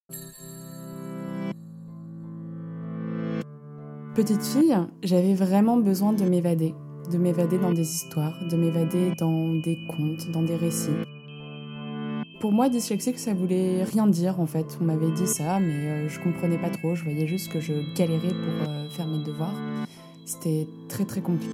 Petite fille, j'avais vraiment besoin de m'évader dans des histoires, de m'évader dans des contes, dans des récits. Pour moi, dyslexique, ça voulait rien dire en fait. On m'avait dit ça, mais je comprenais pas trop. Je voyais juste que je galérais pour faire mes devoirs. C'était très très compliqué.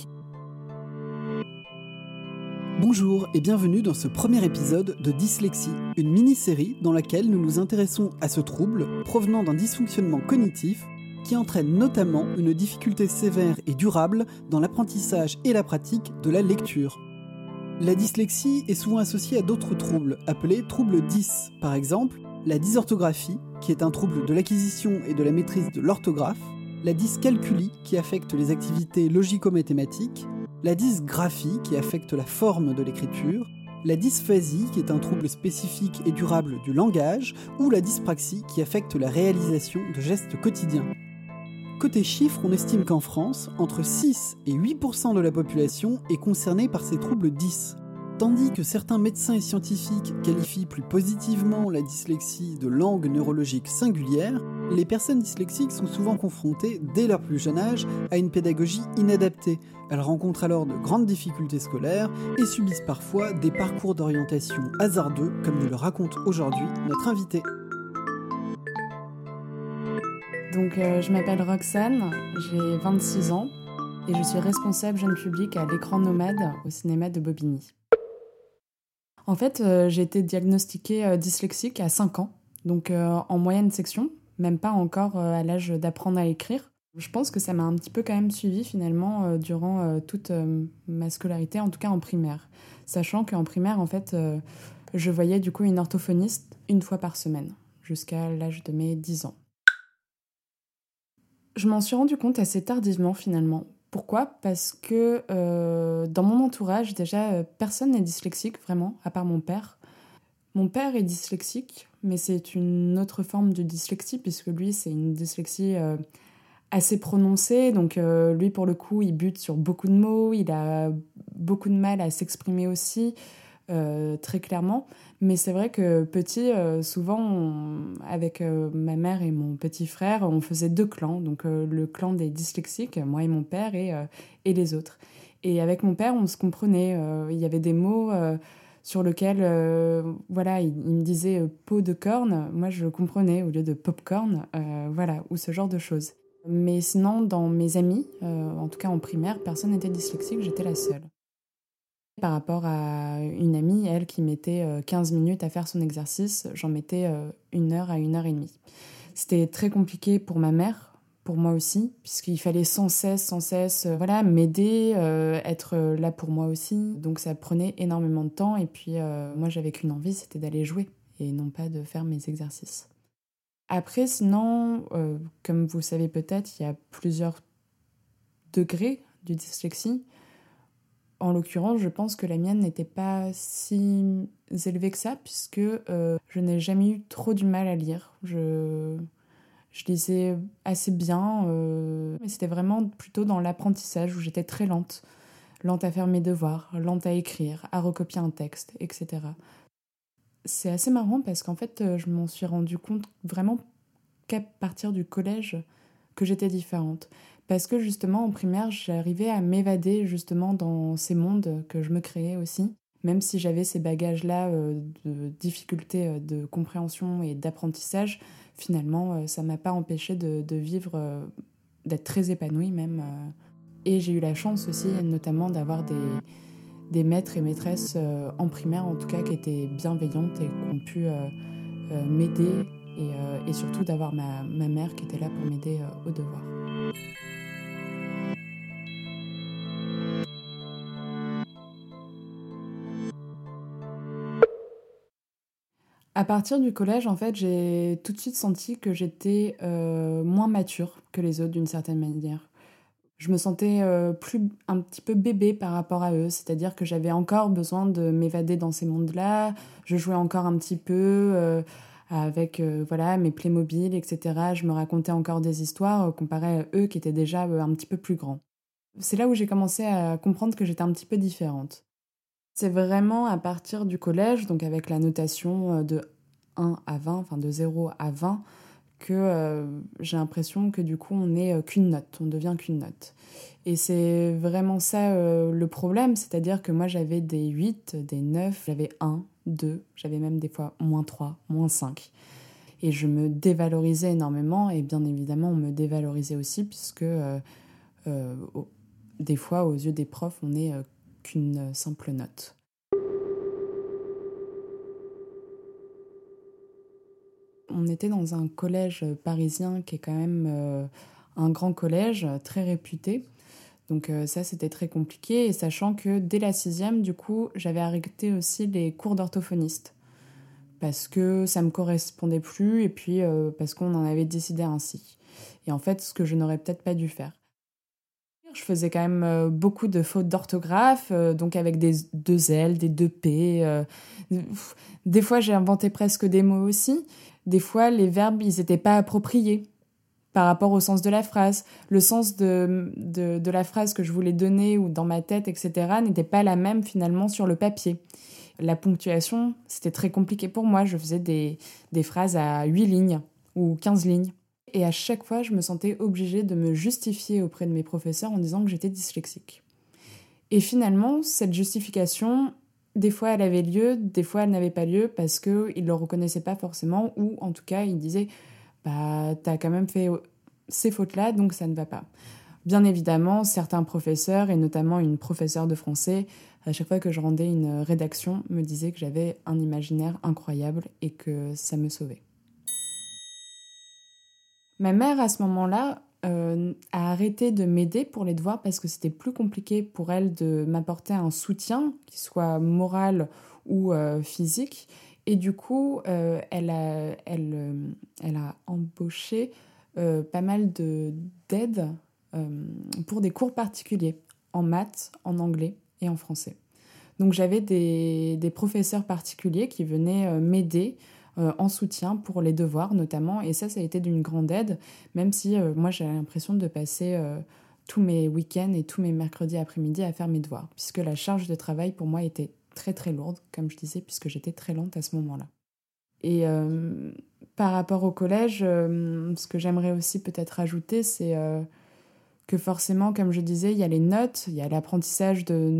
Bonjour et bienvenue dans ce premier épisode de Dyslexie, une mini-série dans laquelle nous nous intéressons à ce trouble provenant d'un dysfonctionnement cognitif qui entraîne notamment une difficulté sévère et durable dans l'apprentissage et la pratique de la lecture. La dyslexie est souvent associée à d'autres troubles, appelés troubles dys, par exemple la dysorthographie, qui est un trouble de l'acquisition et de la maîtrise de l'orthographe, la dyscalculie, qui affecte les activités logico-mathématiques, la dysgraphie, qui affecte la forme de l'écriture, la dysphasie, qui est un trouble spécifique et durable du langage, ou la dyspraxie, qui affecte la réalisation de gestes quotidiens. Côté chiffres, on estime qu'en France, entre 6 et 8% de la population est concernée par ces troubles dys. Tandis que certains médecins et scientifiques qualifient plus positivement la dyslexie de langue neurologique singulière, les personnes dyslexiques sont souvent confrontées, dès leur plus jeune âge, à une pédagogie inadaptée. Elles rencontrent alors de grandes difficultés scolaires et subissent parfois des parcours d'orientation hasardeux, comme nous le raconte aujourd'hui notre invité. Donc je m'appelle Roxane, j'ai 26 ans et je suis responsable jeune public à l'Écran Nomade au cinéma de Bobigny. En fait, j'ai été diagnostiquée dyslexique à 5 ans, donc en moyenne section, même pas encore à l'âge d'apprendre à écrire. Je pense que ça m'a un petit peu quand même suivi finalement durant toute ma scolarité, en tout cas en primaire. Sachant qu'en primaire, en fait, je voyais du coup une orthophoniste une fois par semaine, jusqu'à l'âge de mes 10 ans. Je m'en suis rendu compte assez tardivement finalement. Pourquoi ? Parce que dans mon entourage, déjà, personne n'est dyslexique vraiment, à part mon père. Mon père est dyslexique, mais c'est une autre forme de dyslexie, puisque lui, c'est une dyslexie assez prononcée. Donc lui, pour le coup, il bute sur beaucoup de mots, il a beaucoup de mal à s'exprimer aussi. Très clairement, mais c'est vrai que petit, souvent avec ma mère et mon petit frère, on faisait 2 clans, donc le clan des dyslexiques, moi et mon père, et les autres. Et avec mon père, on se comprenait, il y avait des mots sur lesquels, voilà, il me disait pot de corne, moi je comprenais au lieu de popcorn, voilà, ou ce genre de choses. Mais sinon, dans mes amis, en tout cas en primaire, personne n'était dyslexique, j'étais la seule. Par rapport à une amie, elle, qui mettait 15 minutes à faire son exercice, j'en mettais 1 heure à 1 heure et demie. C'était très compliqué pour ma mère, pour moi aussi, puisqu'il fallait sans cesse, voilà, m'aider, être là pour moi aussi. Donc ça prenait énormément de temps, et puis moi j'avais qu'une envie, c'était d'aller jouer, et non pas de faire mes exercices. Après, sinon, comme vous le savez peut-être, il y a plusieurs degrés de dyslexie. En l'occurrence, je pense que la mienne n'était pas si élevée que ça, puisque je n'ai jamais eu trop du mal à lire. Je lisais assez bien, mais c'était vraiment plutôt dans l'apprentissage où j'étais très lente. Lente à faire mes devoirs, lente à écrire, à recopier un texte, etc. C'est assez marrant parce qu'en fait, je m'en suis rendu compte vraiment qu'à partir du collège que j'étais différente. Parce que justement, en primaire, j'arrivais à m'évader justement dans ces mondes que je me créais aussi. Même si j'avais ces bagages-là de difficultés de compréhension et d'apprentissage, finalement, ça ne m'a pas empêché de vivre, d'être très épanouie même. Et j'ai eu la chance aussi, notamment, d'avoir des maîtres et maîtresses en primaire, en tout cas, qui étaient bienveillantes et qui ont pu m'aider. Et surtout d'avoir ma mère qui était là pour m'aider aux devoirs. À partir du collège, en fait, j'ai tout de suite senti que j'étais moins mature que les autres d'une certaine manière. Je me sentais un petit peu bébé par rapport à eux, c'est-à-dire que j'avais encore besoin de m'évader dans ces mondes-là, je jouais encore un petit peu avec voilà, mes Playmobil, etc. Je me racontais encore des histoires comparé à eux qui étaient déjà un petit peu plus grands. C'est là où j'ai commencé à comprendre que j'étais un petit peu différente. C'est vraiment à partir du collège, donc avec la notation de 1 à 20, enfin de 0 à 20, que j'ai l'impression que du coup on n'est qu'une note, on devient qu'une note. Et c'est vraiment ça le problème, c'est-à-dire que moi j'avais des 8, des 9, j'avais 1, 2, j'avais même des fois -3, -5. Et je me dévalorisais énormément, et bien évidemment on me dévalorisait aussi, puisque des fois aux yeux des profs on n'est qu'une simple note. On était dans un collège parisien qui est quand même un grand collège, très réputé. Donc ça, c'était très compliqué. Et sachant que dès la 6e, du coup, j'avais arrêté aussi les cours d'orthophoniste. Parce que ça ne me correspondait plus et puis parce qu'on en avait décidé ainsi. Et en fait, ce que je n'aurais peut-être pas dû faire. Je faisais quand même beaucoup de fautes d'orthographe, donc avec des 2 L, des 2 P. Des fois, j'ai inventé presque des mots aussi. Des fois, les verbes, ils n'étaient pas appropriés par rapport au sens de la phrase. Le sens de la phrase que je voulais donner ou dans ma tête, etc., n'était pas la même finalement sur le papier. La ponctuation, c'était très compliqué pour moi. Je faisais des phrases à 8 lignes ou 15 lignes. Et à chaque fois, je me sentais obligée de me justifier auprès de mes professeurs en disant que j'étais dyslexique. Et finalement, cette justification, des fois elle avait lieu, des fois elle n'avait pas lieu parce qu'ils ne le reconnaissaient pas forcément, ou en tout cas ils disaient « bah t'as quand même fait ces fautes-là, donc ça ne va pas ». Bien évidemment, certains professeurs, et notamment une professeure de français, à chaque fois que je rendais une rédaction, me disaient que j'avais un imaginaire incroyable et que ça me sauvait. Ma mère, à ce moment-là, a arrêté de m'aider pour les devoirs parce que c'était plus compliqué pour elle de m'apporter un soutien, qu'il soit moral ou physique. Et du coup, elle a embauché pas mal d'aides pour des cours particuliers, en maths, en anglais et en français. Donc j'avais des professeurs particuliers qui venaient m'aider en soutien pour les devoirs notamment, et ça a été d'une grande aide, même si moi j'avais l'impression de passer tous mes week-ends et tous mes mercredis après-midi à faire mes devoirs, puisque la charge de travail pour moi était très très lourde, comme je disais, puisque j'étais très lente à ce moment-là. Et par rapport au collège, ce que j'aimerais aussi peut-être ajouter, c'est que forcément, comme je disais, il y a les notes, il y a l'apprentissage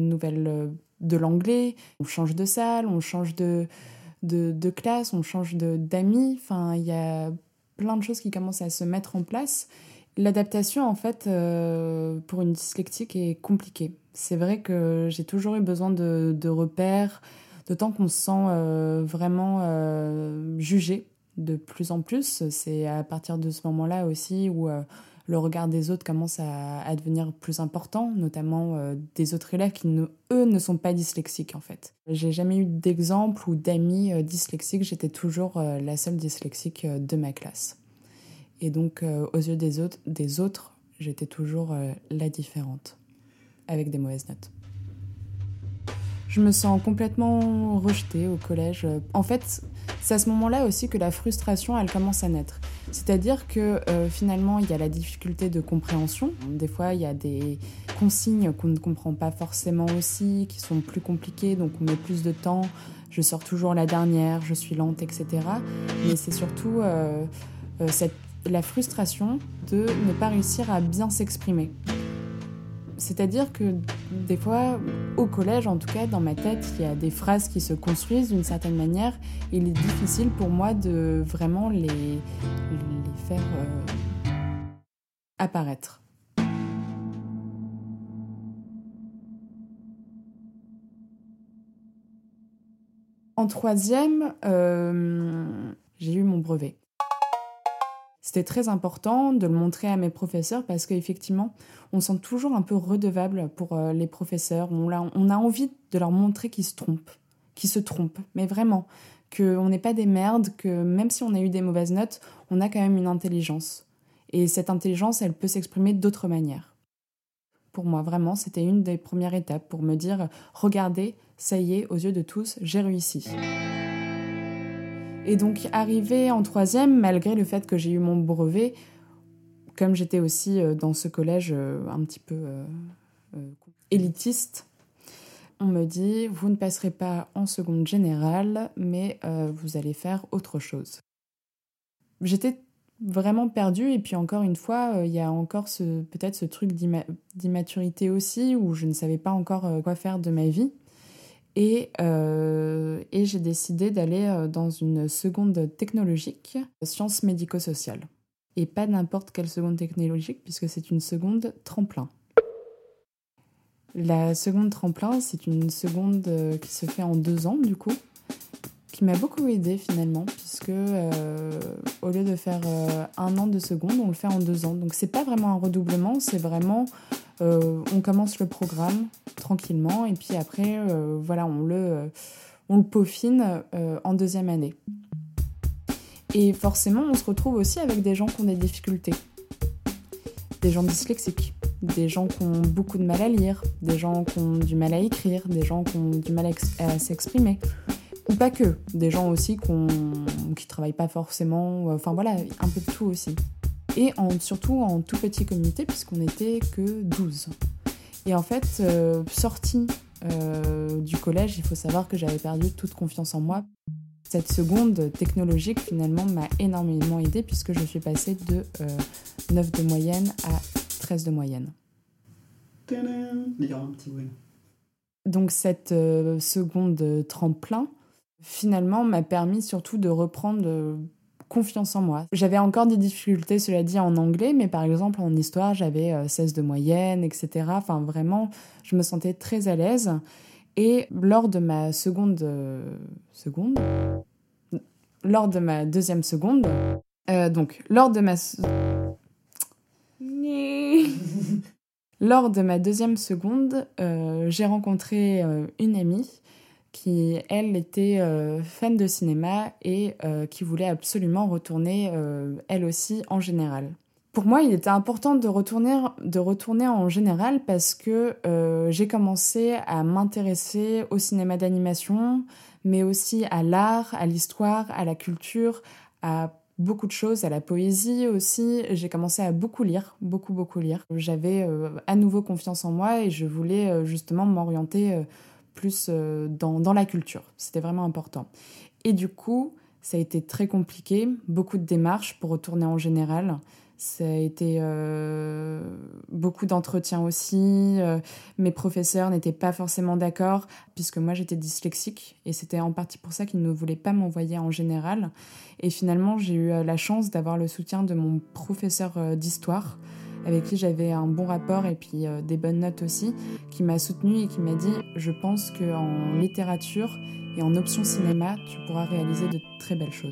de l'anglais, on change de salle, on change de classe, on change d'amis, enfin, il y a plein de choses qui commencent à se mettre en place. L'adaptation, en fait, pour une dyslexique est compliquée. C'est vrai que j'ai toujours eu besoin de repères, d'autant qu'on se sent vraiment jugé de plus en plus. C'est à partir de ce moment-là aussi où le regard des autres commence à devenir plus important, notamment des autres élèves qui, eux, ne sont pas dyslexiques, en fait. J'ai jamais eu d'exemple ou d'amis dyslexiques. J'étais toujours la seule dyslexique de ma classe. Et donc, aux yeux des autres, j'étais toujours la différente, avec des mauvaises notes. Je me sens complètement rejetée au collège. En fait, c'est à ce moment-là aussi que la frustration, elle commence à naître. C'est-à-dire que finalement, il y a la difficulté de compréhension. Des fois, il y a des consignes qu'on ne comprend pas forcément aussi, qui sont plus compliquées, donc on met plus de temps. Je sors toujours la dernière, je suis lente, etc. Mais c'est surtout la frustration de ne pas réussir à bien s'exprimer. C'est-à-dire que des fois, au collège, en tout cas, dans ma tête, il y a des phrases qui se construisent d'une certaine manière. Et il est difficile pour moi de vraiment les faire apparaître. En 3e, j'ai eu mon brevet. C'était très important de le montrer à mes professeurs parce qu'effectivement, on se sent toujours un peu redevable pour les professeurs. On a envie de leur montrer qu'ils se trompent, mais vraiment, qu'on n'est pas des merdes, que même si on a eu des mauvaises notes, on a quand même une intelligence. Et cette intelligence, elle peut s'exprimer d'autres manières. Pour moi, vraiment, c'était une des premières étapes pour me dire « Regardez, ça y est, aux yeux de tous, j'ai réussi ». Et donc, arrivée en 3e, malgré le fait que j'ai eu mon brevet, comme j'étais aussi dans ce collège un petit peu élitiste, on me dit « Vous ne passerez pas en seconde générale, mais vous allez faire autre chose ». J'étais vraiment perdue et puis encore une fois, il y a encore peut-être ce truc d'immaturité aussi où je ne savais pas encore quoi faire de ma vie. Et j'ai décidé d'aller dans une seconde technologique, sciences médico-sociales. Et pas n'importe quelle seconde technologique, puisque c'est une seconde tremplin. La seconde tremplin, c'est une seconde qui se fait en 2 ans, du coup, qui m'a beaucoup aidée finalement, puisque au lieu de faire 1 an de seconde, on le fait en 2 ans. Donc c'est pas vraiment un redoublement, c'est vraiment on commence le programme tranquillement et puis après voilà, on le peaufine en 2e année. Et forcément, on se retrouve aussi avec des gens qui ont des difficultés, des gens dyslexiques, des gens qui ont beaucoup de mal à lire, des gens qui ont du mal à écrire, des gens qui ont du mal à s'exprimer. Ou pas que, des gens aussi qui travaillent pas forcément, enfin voilà, un peu de tout aussi. Et surtout en tout petit comité, puisqu'on n'était que 12. Et en fait, sortie du collège, il faut savoir que j'avais perdu toute confiance en moi. Cette seconde technologique, finalement, m'a énormément aidée, puisque je suis passée de 9 de moyenne à 13 de moyenne. Donc cette seconde tremplin, finalement, m'a permis surtout de reprendre confiance en moi. J'avais encore des difficultés, cela dit, en anglais, mais par exemple, en histoire, j'avais 16 de moyenne, etc. Enfin, vraiment, je me sentais très à l'aise. Et lors de ma lors de ma deuxième seconde, lors de ma deuxième seconde, j'ai rencontré une amie qui, elle, était fan de cinéma et qui voulait absolument retourner, elle aussi, en général. Pour moi, il était important de retourner en général parce que j'ai commencé à m'intéresser au cinéma d'animation, mais aussi à l'art, à l'histoire, à la culture, à beaucoup de choses, à la poésie aussi. J'ai commencé à beaucoup lire. J'avais à nouveau confiance en moi et je voulais justement m'orienter plus dans la culture. C'était vraiment important. Et du coup, ça a été très compliqué, beaucoup de démarches pour retourner en général. Ça a été beaucoup d'entretiens aussi. Mes professeurs n'étaient pas forcément d'accord, puisque moi j'étais dyslexique, et c'était en partie pour ça qu'ils ne voulaient pas m'envoyer en général. Et finalement, j'ai eu la chance d'avoir le soutien de mon professeur d'histoire, avec qui j'avais un bon rapport et puis des bonnes notes aussi, qui m'a soutenue et qui m'a dit « Je pense qu'en littérature et en option cinéma, tu pourras réaliser de très belles choses ».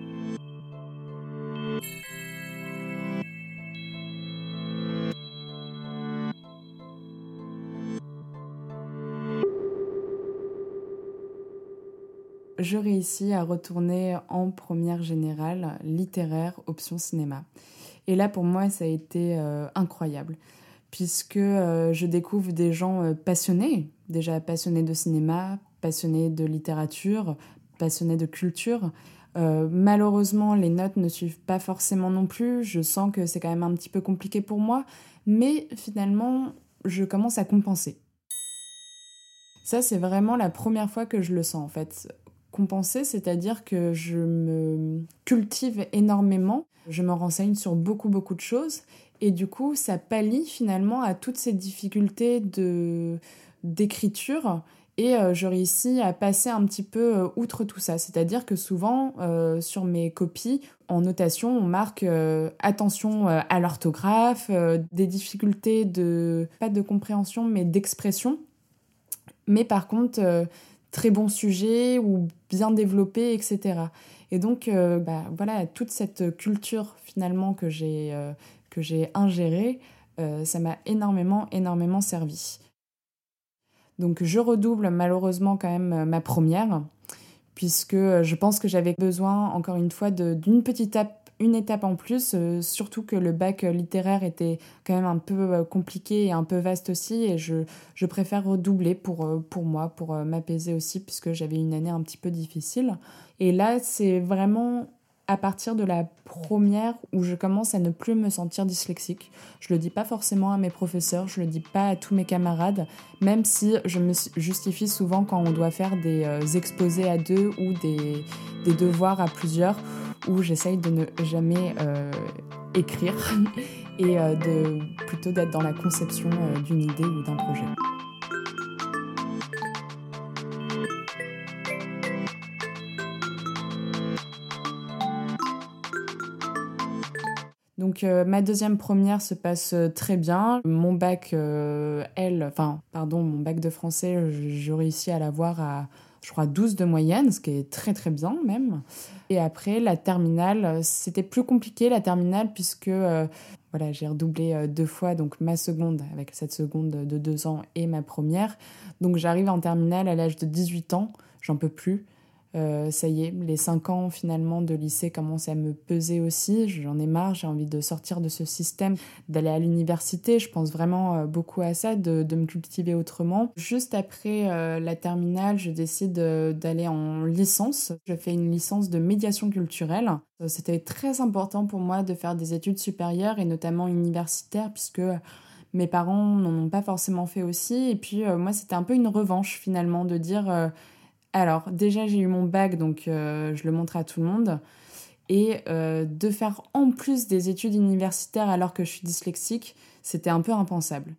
Je réussis à retourner en première générale littéraire option cinéma. Et là, pour moi, ça a été incroyable, puisque je découvre des gens passionnés, déjà passionnés de cinéma, passionnés de littérature, passionnés de culture. Malheureusement, les notes ne suivent pas forcément non plus. Je sens que c'est quand même un petit peu compliqué pour moi, mais finalement, je commence à compenser. Ça, c'est vraiment la première fois que je le sens, en fait. Compenser, c'est-à-dire que je me cultive énormément, je me renseigne sur beaucoup de choses et du coup ça pallie finalement à toutes ces difficultés d'écriture et je réussis à passer un petit peu outre tout ça. C'est-à-dire que souvent sur mes copies, en notation, on marque attention à l'orthographe, des difficultés pas de compréhension mais d'expression. Mais par contre, très bon sujet ou bien développé, etc. Et donc, voilà, toute cette culture finalement que j'ai ingérée, ça m'a énormément servi. Donc, je redouble malheureusement quand même ma première, puisque je pense que j'avais besoin, encore une fois, une étape en plus, surtout que le bac littéraire était quand même un peu compliqué et un peu vaste aussi, et je préfère redoubler pour moi, pour m'apaiser aussi, puisque j'avais une année un petit peu difficile. Et là, c'est vraiment à partir de la première où je commence à ne plus me sentir dyslexique. Je le dis pas forcément à mes professeurs, je le dis pas à tous mes camarades, même si je me justifie souvent quand on doit faire des exposés à deux ou des devoirs à plusieurs, où j'essaye de ne jamais écrire et plutôt d'être dans la conception d'une idée ou d'un projet. Donc ma deuxième première se passe très bien. Mon bac, mon bac de français, je réussis à l'avoir à, je crois, 12 de moyenne, ce qui est très très bien même. Et après, la terminale, c'était plus compliqué la terminale puisque j'ai redoublé 2 fois, donc ma seconde avec cette seconde de 2 ans et ma première. Donc j'arrive en terminale à l'âge de 18 ans, j'en peux plus. Ça y est, les 5 ans finalement de lycée commencent à me peser aussi. J'en ai marre, j'ai envie de sortir de ce système, d'aller à l'université. Je pense vraiment beaucoup à ça, de me cultiver autrement. Juste après la terminale, je décide d'aller en licence. Je fais une licence de médiation culturelle. C'était très important pour moi de faire des études supérieures et notamment universitaires puisque mes parents n'en ont pas forcément fait aussi. Et puis moi, c'était un peu une revanche finalement de dire... Alors, déjà, j'ai eu mon bac, donc je le montre à tout le monde. Et de faire en plus des études universitaires alors que je suis dyslexique, c'était un peu impensable.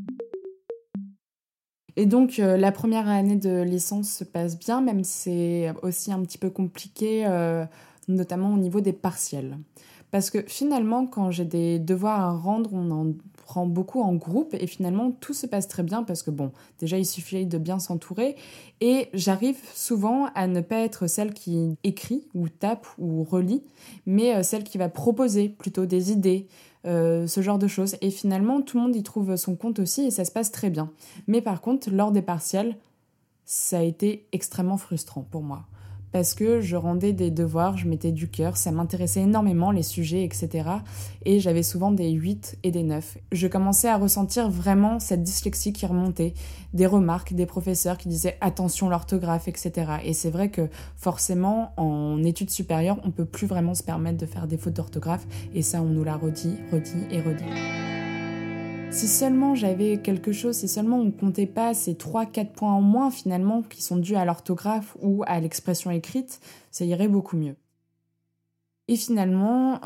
Et donc, la première année de licence se passe bien, même si c'est aussi un petit peu compliqué, notamment au niveau des partiels. Parce que finalement, quand j'ai des devoirs à rendre, on en prend beaucoup en groupe et finalement, tout se passe très bien parce que bon, déjà, il suffit de bien s'entourer et j'arrive souvent à ne pas être celle qui écrit ou tape ou relit, mais celle qui va proposer plutôt des idées, ce genre de choses. Et finalement, tout le monde y trouve son compte aussi et ça se passe très bien. Mais par contre, lors des partiels, ça a été extrêmement frustrant pour moi. Parce que je rendais des devoirs, je mettais du cœur, ça m'intéressait énormément, les sujets, etc. Et j'avais souvent des 8 et des 9. Je commençais à ressentir vraiment cette dyslexie qui remontait, des remarques, des professeurs qui disaient « attention l'orthographe », etc. Et c'est vrai que forcément, en études supérieures, on ne peut plus vraiment se permettre de faire des fautes d'orthographe. Et ça, on nous l'a redit et redit. Si seulement j'avais quelque chose, si seulement on ne comptait pas ces 3-4 points en moins finalement qui sont dus à l'orthographe ou à l'expression écrite, ça irait beaucoup mieux. Et finalement,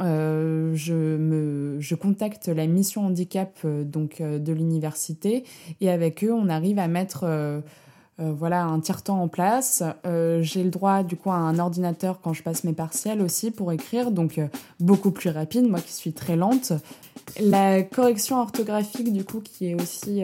je contacte la mission handicap de l'université et avec eux, on arrive à mettre un tiers-temps en place. J'ai le droit du coup à un ordinateur quand je passe mes partiels aussi pour écrire, donc beaucoup plus rapide, moi qui suis très lente. La correction orthographique du coup qui est aussi...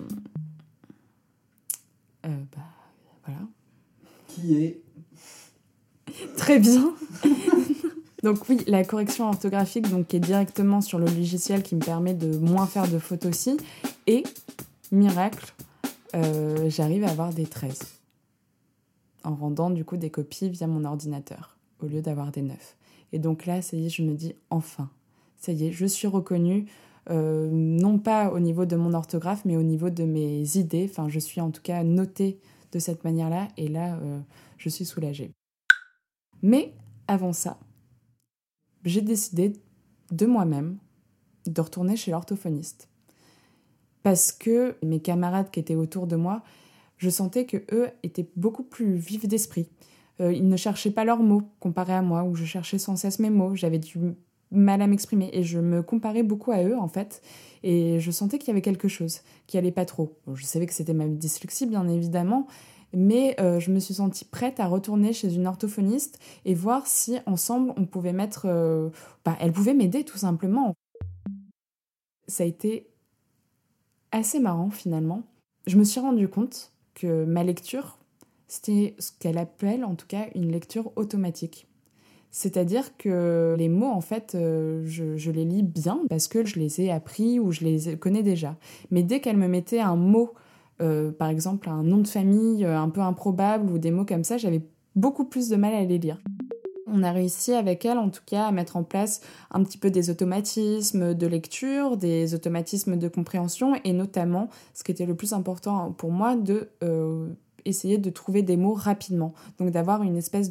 voilà. Qui est... Très bien. Donc oui, la correction orthographique donc, qui est directement sur le logiciel qui me permet de moins faire de fautes aussi. Et, miracle, j'arrive à avoir des 13 en rendant du coup des copies via mon ordinateur au lieu d'avoir des 9. Et donc là, ça y est, je me dis enfin, ça y est, je suis reconnue, non pas au niveau de mon orthographe, mais au niveau de mes idées. Enfin, je suis en tout cas notée de cette manière-là et là, je suis soulagée. Mais avant ça, j'ai décidé de moi-même de retourner chez l'orthophoniste. Parce que mes camarades qui étaient autour de moi, je sentais qu'eux étaient beaucoup plus vifs d'esprit. Ils ne cherchaient pas leurs mots comparé à moi, où je cherchais sans cesse mes mots. J'avais du mal à m'exprimer et je me comparais beaucoup à eux en fait. Et je sentais qu'il y avait quelque chose qui allait pas trop. Bon, je savais que c'était ma dyslexie bien évidemment, mais je me suis sentie prête à retourner chez une orthophoniste et voir si ensemble on pouvait mettre... elle pouvait m'aider tout simplement. Ça a été assez marrant finalement. Je me suis rendu compte que ma lecture, c'était ce qu'elle appelle en tout cas une lecture automatique. C'est-à-dire que les mots, en fait, je les lis bien parce que je les ai appris ou je les connais déjà. Mais dès qu'elle me mettait un mot, par exemple un nom de famille un peu improbable ou des mots comme ça, j'avais beaucoup plus de mal à les lire. On a réussi avec elle, en tout cas, à mettre en place un petit peu des automatismes de lecture, des automatismes de compréhension et notamment, ce qui était le plus important pour moi, de essayer de trouver des mots rapidement. Donc d'avoir une espèce de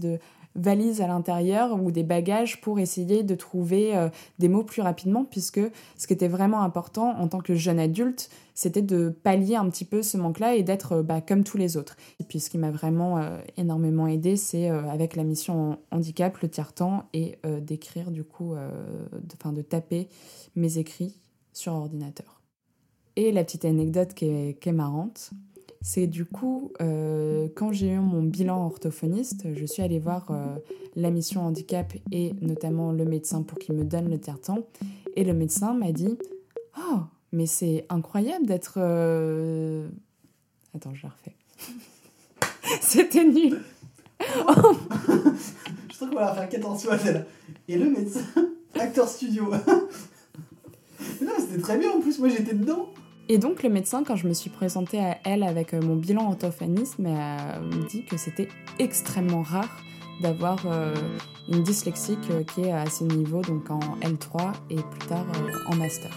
valise à l'intérieur ou des bagages pour essayer de trouver des mots plus rapidement, puisque ce qui était vraiment important en tant que jeune adulte, c'était de pallier un petit peu ce manque-là et d'être comme tous les autres. Et puis ce qui m'a vraiment énormément aidée, c'est avec la mission handicap, le tiers-temps, et d'écrire du coup, de taper mes écrits sur ordinateur. Et la petite anecdote qui est marrante, c'est du coup, quand j'ai eu mon bilan orthophoniste, je suis allée voir la mission handicap et notamment le médecin pour qu'il me donne le tiers-temps. Et le médecin m'a dit « Oh, mais c'est incroyable d'être... Attends, je la refais. C'était nul. Oh. Je trouve qu'on va la faire 14 fois, celle-là. Et le médecin, acteur studio. Non, c'était très bien en plus, moi j'étais dedans. Et donc le médecin, quand je me suis présentée à elle avec mon bilan orthophoniste, m'a dit que c'était extrêmement rare d'avoir une dyslexique qui est à ce niveau, donc en L3 et plus tard en master.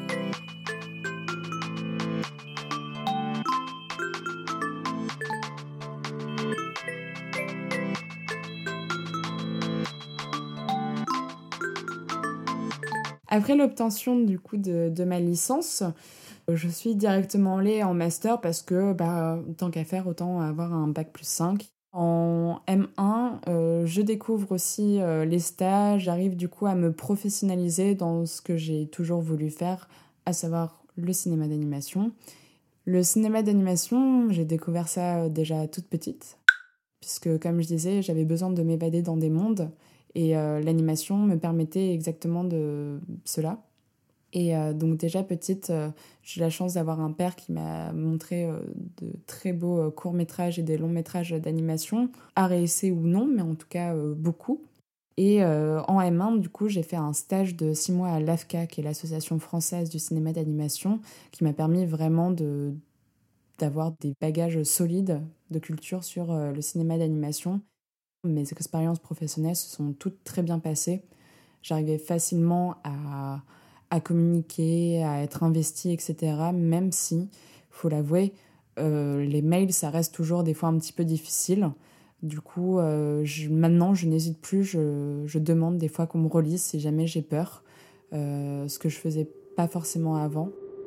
Après l'obtention du coup de ma licence, je suis directement allée en master parce que tant qu'à faire, autant avoir un bac plus 5. En M1, je découvre aussi les stages, j'arrive du coup à me professionnaliser dans ce que j'ai toujours voulu faire, à savoir le cinéma d'animation. Le cinéma d'animation, j'ai découvert ça déjà toute petite, puisque comme je disais, j'avais besoin de m'évader dans des mondes. Et l'animation me permettait exactement de cela. Et donc déjà petite, j'ai la chance d'avoir un père qui m'a montré de très beaux courts-métrages et des longs-métrages d'animation, arts et essais ou non, mais en tout cas beaucoup. Et en M1, du coup, j'ai fait un stage de 6 mois à l'AFCA, qui est l'Association française du cinéma d'animation, qui m'a permis vraiment d'avoir des bagages solides de culture sur le cinéma d'animation. Mes expériences professionnelles se sont toutes très bien passées. J'arrivais facilement à communiquer, à être investie, etc. Même si, faut l'avouer, les mails, ça reste toujours des fois un petit peu difficile. Du coup, maintenant, je n'hésite plus. Je demande des fois qu'on me relise si jamais j'ai peur. Ce que je faisais pas forcément avant.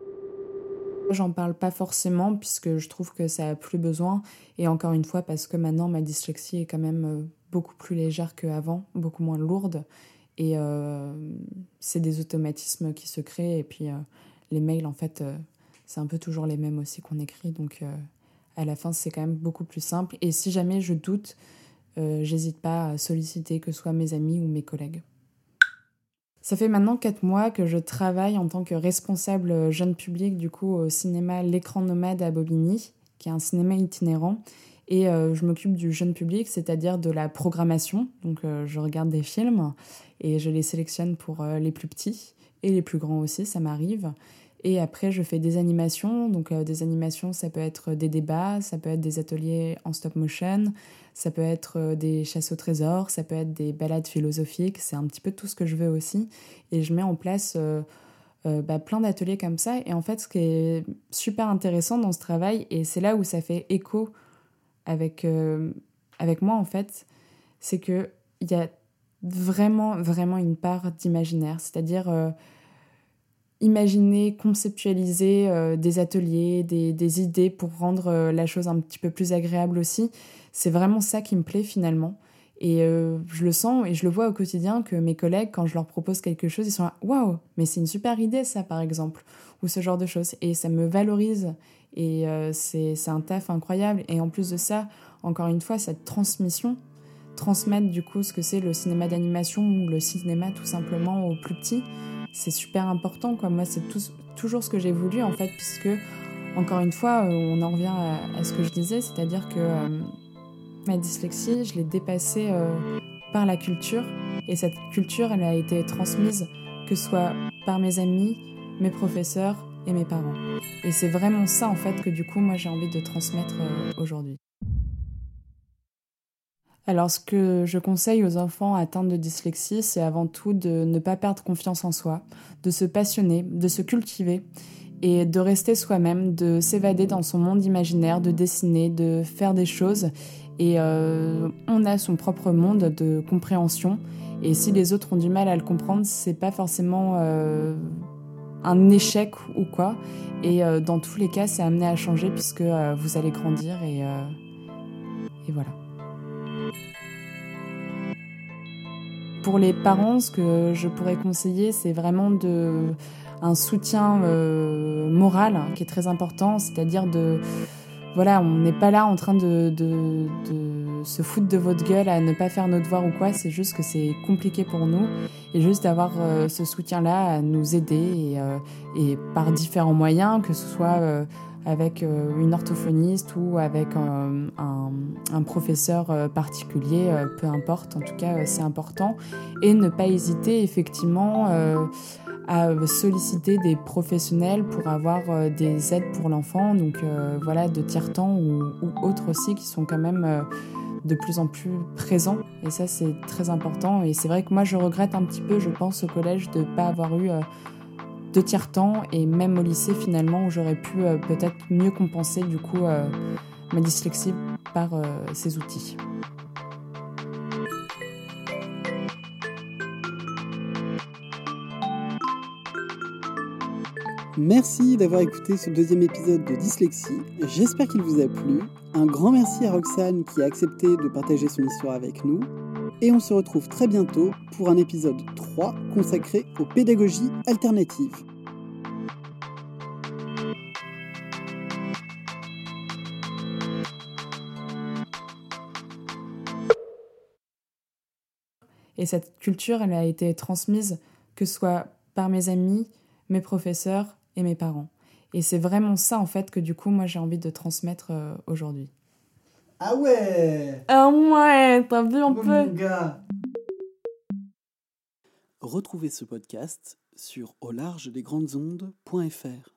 J'en parle pas forcément puisque je trouve que ça a plus besoin. Et encore une fois, parce que maintenant, ma dyslexie est quand même beaucoup plus légère qu'avant, beaucoup moins lourde. Et c'est des automatismes qui se créent. Et puis, les mails, en fait, c'est un peu toujours les mêmes aussi qu'on écrit. Donc, à la fin, c'est quand même beaucoup plus simple. Et si jamais je doute, j'hésite pas à solliciter que ce soit mes amis ou mes collègues. Ça fait maintenant 4 mois que je travaille en tant que responsable jeune public du coup au cinéma L'Écran Nomade à Bobigny, qui est un cinéma itinérant. Et je m'occupe du jeune public, c'est-à-dire de la programmation. Donc je regarde des films et je les sélectionne pour les plus petits et les plus grands aussi, ça m'arrive. Et après, je fais des animations. Donc des animations, ça peut être des débats, ça peut être des ateliers en stop motion, ça peut être des chasses au trésor, ça peut être des balades philosophiques. C'est un petit peu tout ce que je veux aussi. Et je mets en place plein d'ateliers comme ça. Et en fait, ce qui est super intéressant dans ce travail, et c'est là où ça fait écho avec moi, en fait, c'est qu'il y a vraiment, vraiment une part d'imaginaire. C'est-à-dire imaginer, conceptualiser des ateliers, des idées pour rendre la chose un petit peu plus agréable aussi. C'est vraiment ça qui me plaît finalement. Et je le sens et je le vois au quotidien que mes collègues, quand je leur propose quelque chose, ils sont là « Waouh, mais c'est une super idée ça par exemple » ou ce genre de choses. Et ça me valorise et c'est un taf incroyable. Et en plus de ça, encore une fois, cette transmission, transmettre du coup ce que c'est le cinéma d'animation ou le cinéma tout simplement aux plus petits, c'est super important, quoi. Moi, c'est toujours ce que j'ai voulu, en fait, puisque, encore une fois, on en revient à ce que je disais, c'est-à-dire que ma dyslexie, je l'ai dépassée par la culture, et cette culture, elle a été transmise, que ce soit par mes amis, mes professeurs et mes parents. Et c'est vraiment ça, en fait, que du coup, moi, j'ai envie de transmettre aujourd'hui. Alors, ce que je conseille aux enfants atteints de dyslexie, c'est avant tout de ne pas perdre confiance en soi, de se passionner, de se cultiver et de rester soi-même, de s'évader dans son monde imaginaire, de dessiner, de faire des choses. Et on a son propre monde de compréhension. Et si les autres ont du mal à le comprendre, c'est pas forcément un échec ou quoi. Et dans tous les cas, c'est amené à changer puisque vous allez grandir et voilà. Pour les parents, ce que je pourrais conseiller, c'est vraiment un soutien moral qui est très important, c'est-à-dire voilà, on n'est pas là en train de se foutre de votre gueule à ne pas faire nos devoirs ou quoi, c'est juste que c'est compliqué pour nous et juste d'avoir ce soutien-là à nous aider et par différents moyens, que ce soit avec une orthophoniste ou avec un professeur particulier, peu importe, en tout cas c'est important. Et ne pas hésiter effectivement à solliciter des professionnels pour avoir des aides pour l'enfant, donc voilà, de tiers-temps ou autres aussi, qui sont quand même de plus en plus présents. Et ça, c'est très important. Et c'est vrai que moi, je regrette un petit peu, je pense, au collège, de ne pas avoir eu de tiers-temps, et même au lycée, finalement, où j'aurais pu peut-être mieux compenser, du coup, ma dyslexie par ces outils. Merci d'avoir écouté ce 2e épisode de Dyslexie. J'espère qu'il vous a plu. Un grand merci à Roxane qui a accepté de partager son histoire avec nous. Et on se retrouve très bientôt pour un épisode 3 consacré aux pédagogies alternatives. Et cette culture, elle a été transmise, que ce soit par mes amis, mes professeurs et mes parents. Et c'est vraiment ça, en fait, que du coup, moi, j'ai envie de transmettre aujourd'hui. Ah ouais! Ah ouais, t'as vu un peu? Mon gars! Retrouvez ce podcast sur aulargedesgrandesondes.fr.